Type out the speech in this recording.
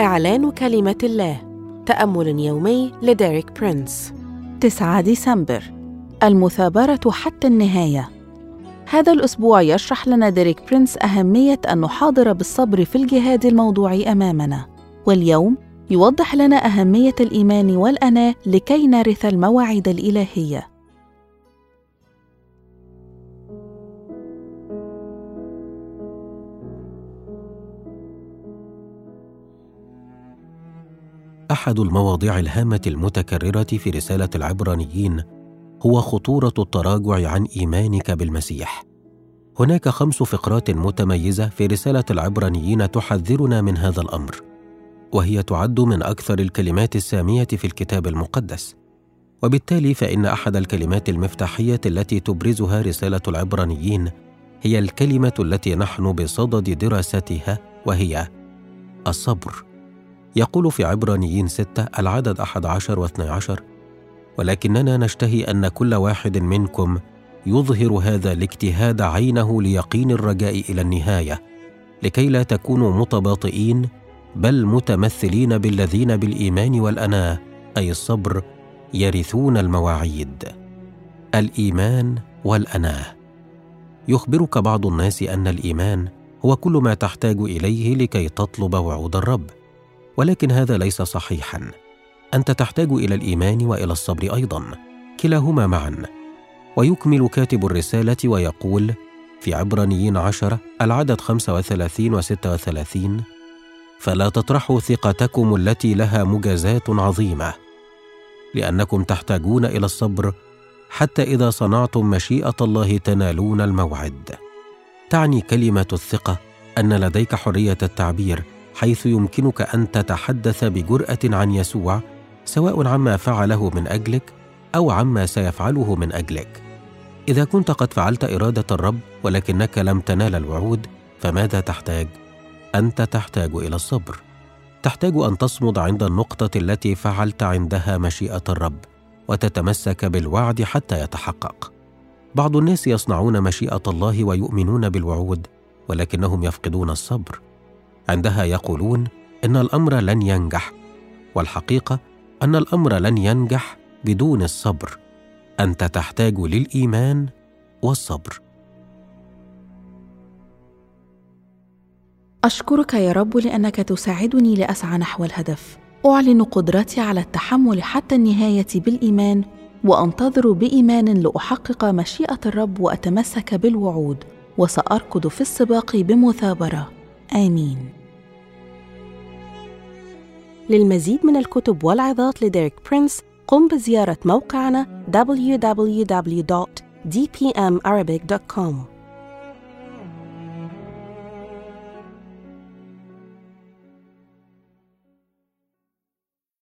إعلان كلمة الله. تأمل يومي لديريك برينس. 9 ديسمبر، المثابرة حتى النهاية. هذا الأسبوع يشرح لنا ديريك برينس أهمية أن نحاضر بالصبر في الجهاد الموضوعي أمامنا، واليوم يوضح لنا أهمية الإيمان والأناة لكي نرث المواعيد الإلهية. أحد المواضيع الهامة المتكررة في رسالة العبرانيين هو خطورة التراجع عن إيمانك بالمسيح. هناك 5 فقرات متميزة في رسالة العبرانيين تحذرنا من هذا الأمر، وهي تعد من أكثر الكلمات السامية في الكتاب المقدس، وبالتالي فإن أحد الكلمات المفتاحية التي تبرزها رسالة العبرانيين هي الكلمة التي نحن بصدد دراستها، وهي الصبر. يقول في عبرانيين 6 العدد 11 و12: ولكننا نشتهي أن كل واحد منكم يظهر هذا الاجتهاد عينه ليقين الرجاء إلى النهاية، لكي لا تكونوا متباطئين بل متمثلين بالذين بالإيمان والأناة، أي الصبر، يرثون المواعيد. الإيمان والأناة. يخبرك بعض الناس أن الإيمان هو كل ما تحتاج إليه لكي تطلب وعود الرب، ولكن هذا ليس صحيحاً. أنت تحتاج إلى الإيمان وإلى الصبر أيضاً، كلاهما معاً. ويكمل كاتب الرسالة ويقول في عبرانيين 10 العدد 35 و36: فلا تطرحوا ثقتكم التي لها مجازات عظيمة، لأنكم تحتاجون إلى الصبر حتى إذا صنعتم مشيئة الله تنالون الموعد. تعني كلمة الثقة أن لديك حرية التعبير، حيث يمكنك أن تتحدث بجرأة عن يسوع، سواء عما فعله من أجلك أو عما سيفعله من أجلك. إذا كنت قد فعلت إرادة الرب ولكنك لم تنال الوعود، فماذا تحتاج؟ أنت تحتاج إلى الصبر. تحتاج أن تصمد عند النقطة التي فعلت عندها مشيئة الرب، وتتمسك بالوعد حتى يتحقق. بعض الناس يصنعون مشيئة الله ويؤمنون بالوعود، ولكنهم يفقدون الصبر. عندها يقولون إن الأمر لن ينجح، والحقيقة أن الأمر لن ينجح بدون الصبر. أنت تحتاج للإيمان والصبر. أشكرك يا رب لأنك تساعدني لأسعى نحو الهدف. أعلن قدرتي على التحمل حتى النهاية بالإيمان، وأنتظر بإيمان لأحقق مشيئة الرب وأتمسك بالوعود، وسأركض في السباق بمثابرة. آمين. للمزيد من الكتب والعظات لديريك برينس قم بزيارة موقعنا www.dpmarabic.com.